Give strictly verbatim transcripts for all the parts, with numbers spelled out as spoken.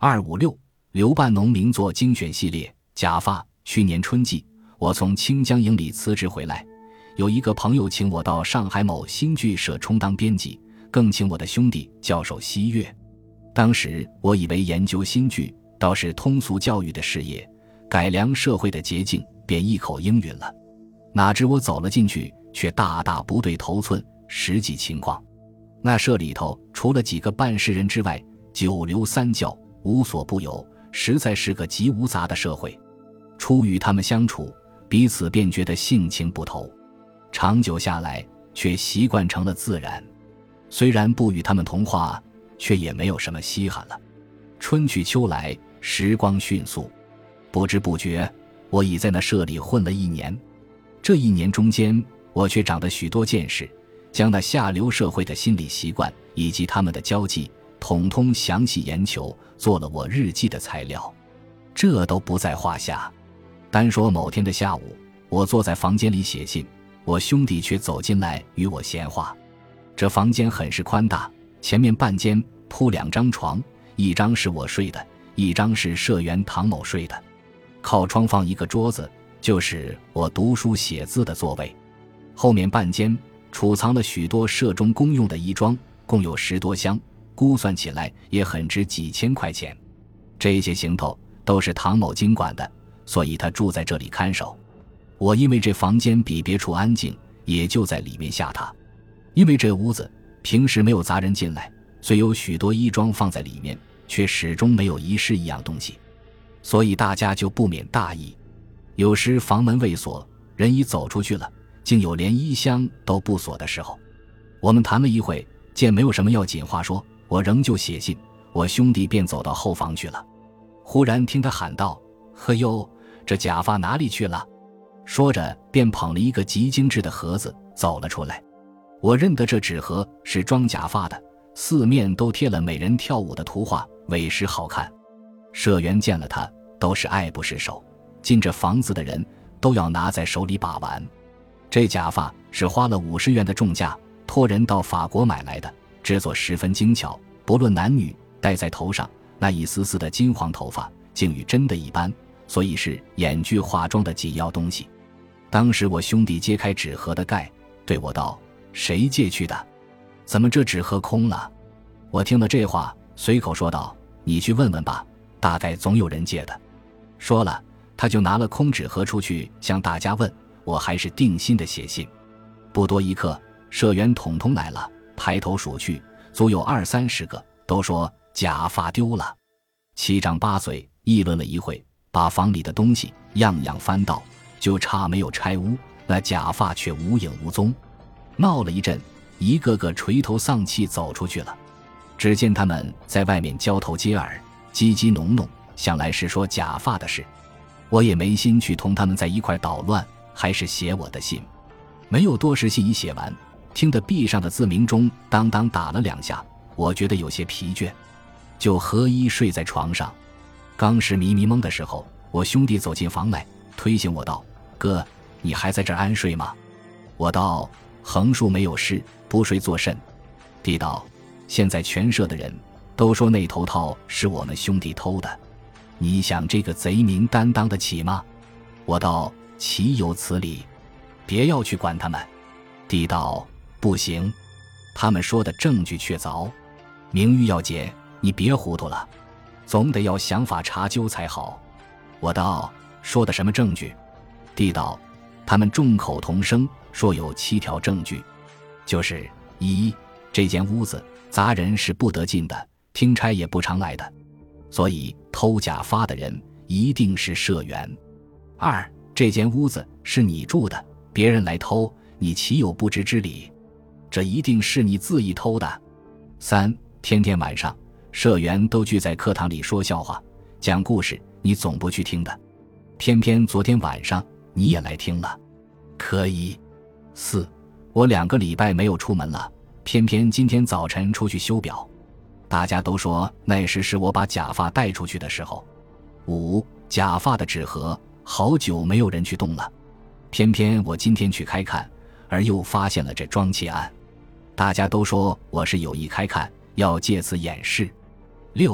二五六刘半农名作精选系列假发。去年春季，我从清江营里辞职回来，有一个朋友请我到上海某新剧社充当编辑，更请我的兄弟教授西乐。当时我以为研究新剧倒是通俗教育的事业，改良社会的捷径，便一口应允了。哪知我走了进去，却大大不对头寸。实际情况，那社里头除了几个办事人之外，九流三教，无所不有，实在是个极无杂的社会。初与他们相处，彼此便觉得性情不投，长久下来却习惯成了自然。虽然不与他们同化，却也没有什么稀罕了。春去秋来，时光迅速，不知不觉我已在那社里混了一年。这一年中间，我却长得许多见识，将那下流社会的心理习惯以及他们的交际统统详细研究，做了我日记的材料。这都不在话下。单说某天的下午，我坐在房间里写信，我兄弟却走进来与我闲话。这房间很是宽大，前面半间铺两张床，一张是我睡的，一张是社员唐某睡的。靠窗放一个桌子，就是我读书写字的座位。后面半间储藏了许多社中公用的衣装，共有十多箱，估算起来也很值几千块钱。这些行头都是唐某经管的，所以他住在这里看守。我因为这房间比别处安静，也就在里面下榻。因为这屋子平时没有杂人进来，虽有许多衣装放在里面，却始终没有遗失一样东西，所以大家就不免大意。有时房门未锁，人已走出去了，竟有连衣箱都不锁的时候。我们谈了一会，见没有什么要紧话说，我仍旧写信，我兄弟便走到后房去了。忽然听他喊道：呵哟，这假发哪里去了？说着便捧了一个极精致的盒子走了出来。我认得这纸盒是装假发的，四面都贴了美人跳舞的图画，委实好看。社员见了它都是爱不释手，进这房子的人都要拿在手里把玩。这假发是花了五十元的重价，托人到法国买来的，制作十分精巧，不论男女，戴在头上那一丝丝的金黄头发竟与真的一般，所以是演剧化妆的紧要东西。当时我兄弟揭开纸盒的盖，对我道：谁借去的？怎么这纸盒空了？我听了这话，随口说道：你去问问吧，大概总有人借的。说了，他就拿了空纸盒出去向大家问。我还是定心的写信。不多一刻，社员统统来了，抬头数去，足有二三十个，都说假发丢了。七张八嘴议论了一会，把房里的东西样样翻到，就差没有拆屋，那假发却无影无踪。闹了一阵，一个个垂头丧气走出去了。只见他们在外面交头接耳，叽叽哝哝，想来是说假发的事。我也没心去同他们在一块捣乱，还是写我的信。没有多时，信已写完，听得壁上的字鸣钟当当打了两下，我觉得有些疲倦，就合衣睡在床上。刚是迷迷蒙的时候，我兄弟走进房来，推醒我道：哥，你还在这儿安睡吗？我道：横竖没有事，不睡作甚？弟道：现在全社的人都说那头套是我们兄弟偷的，你想这个贼名担当得起吗？我道：岂有此理，别要去管他们。弟道：不行，他们说的证据确凿，名誉要紧，你别糊涂了，总得要想法查究才好。我道：说的什么证据？弟道：他们众口同声说有七条证据，就是一，这间屋子杂人是不得进的，听差也不常来的，所以偷假发的人一定是社员。二，这间屋子是你住的，别人来偷，你岂有不知之理？这一定是你自己偷的。三，天天晚上社员都聚在课堂里说笑话讲故事，你总不去听的，偏偏昨天晚上你也来听了，可以。四，我两个礼拜没有出门了，偏偏今天早晨出去修表，大家都说那时是我把假发带出去的时候。五，假发的纸盒好久没有人去动了，偏偏我今天去开看，而又发现了这装窃案，大家都说我是有意开看，要借此掩饰。六，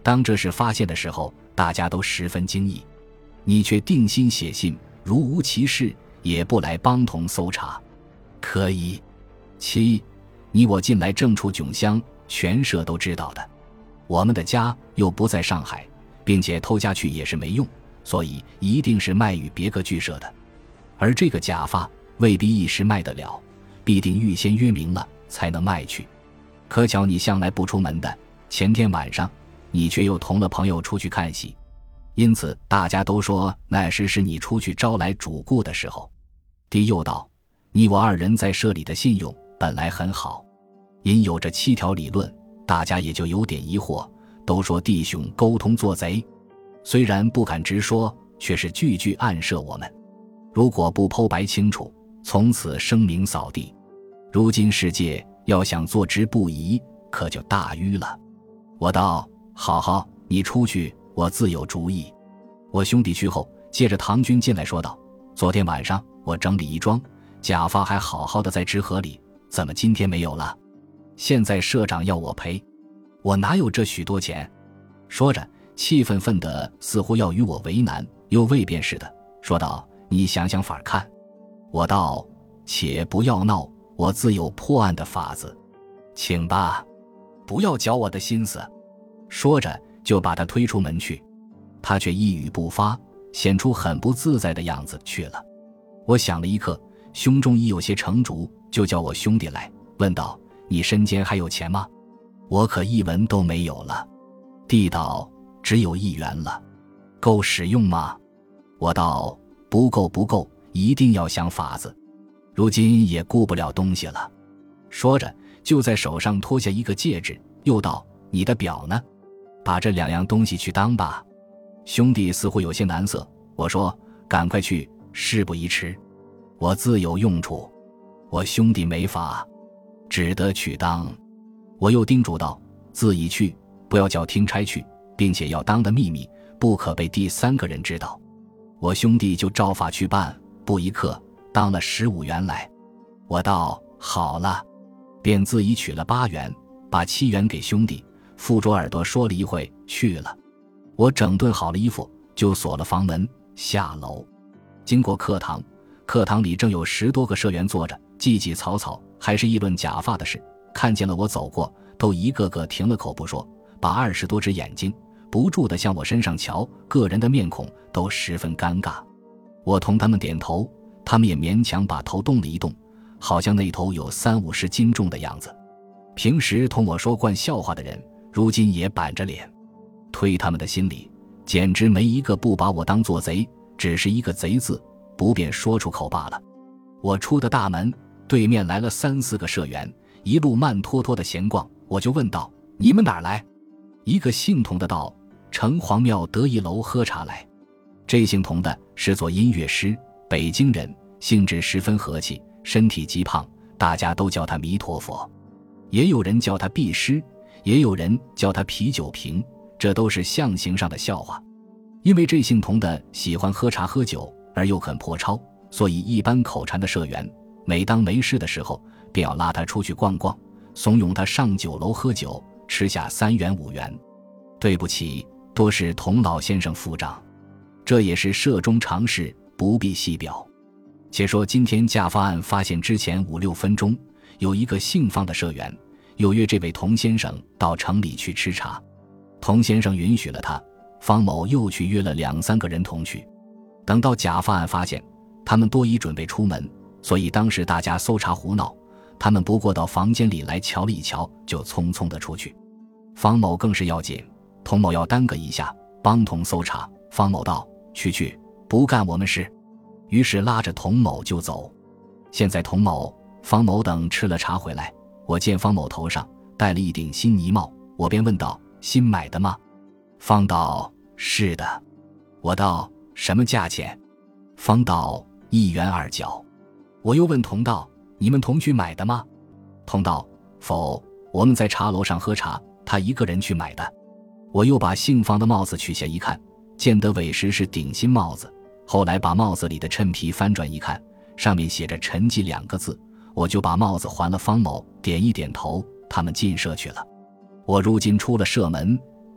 当这事发现的时候，大家都十分惊异，你却定心写信，如无其事，也不来帮同搜查。可以。七，你我近来正处窘乡，全社都知道的。我们的家又不在上海，并且偷家去也是没用，所以一定是卖与别个剧社的。而这个假发未必一时卖得了，必定预先约明了才能卖去。可巧你向来不出门的，前天晚上你却又同了朋友出去看戏，因此大家都说那时是你出去招来主顾的时候。帝又道，你我二人在社里的信用本来很好，因有这七条理论，大家也就有点疑惑，都说弟兄沟通做贼。虽然不敢直说，却是句句暗设我们。如果不剖白清楚，从此声名扫地。如今世界要想做之不疑，可就大淤了。我道，好好，你出去，我自有主意。我兄弟去后，接着唐军进来说道，昨天晚上我整理一桩，假发还好好的在纸盒里，怎么今天没有了？现在社长要我赔，我哪有这许多钱？说着气愤愤的，似乎要与我为难，又未便似的说道，你想想法看。我道，且不要闹，我自有破案的法子，请吧，不要搅我的心思。说着就把他推出门去，他却一语不发，显出很不自在的样子去了。我想了一刻，胸中已有些成竹，就叫我兄弟来，问道，你身间还有钱吗？我可一文都没有了。弟道，只有一元了，够使用吗？我道，不够不够，一定要想法子，如今也顾不了东西了。说着就在手上脱下一个戒指，又道，你的表呢？把这两样东西去当吧。兄弟似乎有些难色，我说，赶快去，事不宜迟，我自有用处。我兄弟没法，只得去当。我又叮嘱道，自己去，不要叫听差去，并且要当的秘密，不可被第三个人知道。我兄弟就照法去办，不一刻当了十五元来。我道，好了，便自己取了八元，把七元给兄弟，附着耳朵说了一会去了。我整顿好了衣服，就锁了房门，下楼。经过课堂，课堂里正有十多个社员坐着，叽叽草草，还是议论假发的事。看见了我走过，都一个个停了口不说，把二十多只眼睛不住地向我身上瞧，个人的面孔都十分尴尬。我同他们点头，他们也勉强把头动了一动，好像那头有三五十斤重的样子。平时同我说惯笑话的人，如今也板着脸。推他们的心里，简直没一个不把我当作贼，只是一个贼字不便说出口罢了。我出的大门，对面来了三四个社员，一路慢拖拖的闲逛。我就问道，你们哪儿来？一个姓童的道，城隍庙得意楼喝茶来。这姓童的是做音乐师，北京人，性质十分和气，身体极胖，大家都叫他弥陀佛，也有人叫他毕师，也有人叫他啤酒瓶，这都是象形上的笑话。因为这姓童的喜欢喝茶喝酒，而又很破抄，所以一般口馋的社员每当没事的时候，便要拉他出去逛逛，怂恿他上酒楼喝酒，吃下三元五元。对不起，多是童老先生付账，这也是社中常事，不必细表。且说今天假发案发现之前五六分钟，有一个姓方的社员有约这位童先生到城里去吃茶。童先生允许了他，方某又去约了两三个人同去。等到假发案发现，他们多已准备出门，所以当时大家搜查胡闹，他们不过到房间里来瞧了一瞧，就匆匆地出去。方某更是要紧，童某要耽搁一下，帮童搜查。方某道，去去，不干我们事。于是拉着童某就走。现在童某、方某等吃了茶回来，我见方某头上戴了一顶新呢帽，我便问道，新买的吗？方道，是的。我道，什么价钱？方道，一元二角。我又问童道，你们同去买的吗？童道，否，我们在茶楼上喝茶，他一个人去买的。我又把姓方的帽子取下一看，见得委实是顶新帽子，后来把帽子里的衬皮翻转一看，上面写着陈记两个字，我就把帽子还了方某，点一点头，他们进社去了。我如今出了社门，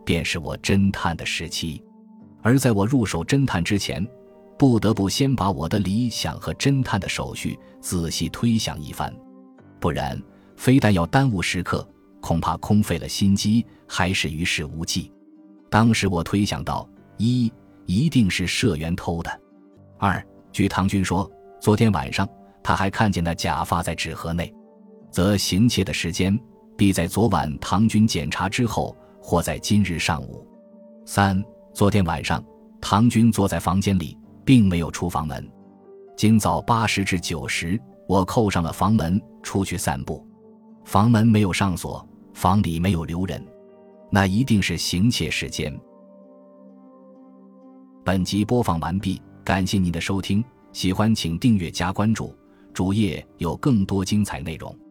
便是我侦探的时期。而在我入手侦探之前，不得不先把我的理想和侦探的手续仔细推想一番，不然非但要耽误时刻，恐怕空费了心机，还是于事无济。当时我推想到：一，一定是社员偷的；二，据唐军说，昨天晚上他还看见那假发在纸盒内，则行窃的时间必在昨晚唐军检查之后，或在今日上午。三，昨天晚上唐军坐在房间里，并没有出房门。今早八时至九时，我扣上了房门，出去散步，房门没有上锁，房里没有留人，那一定是行窃时间。本集播放完毕，感谢您的收听，喜欢请订阅加关注，主页有更多精彩内容。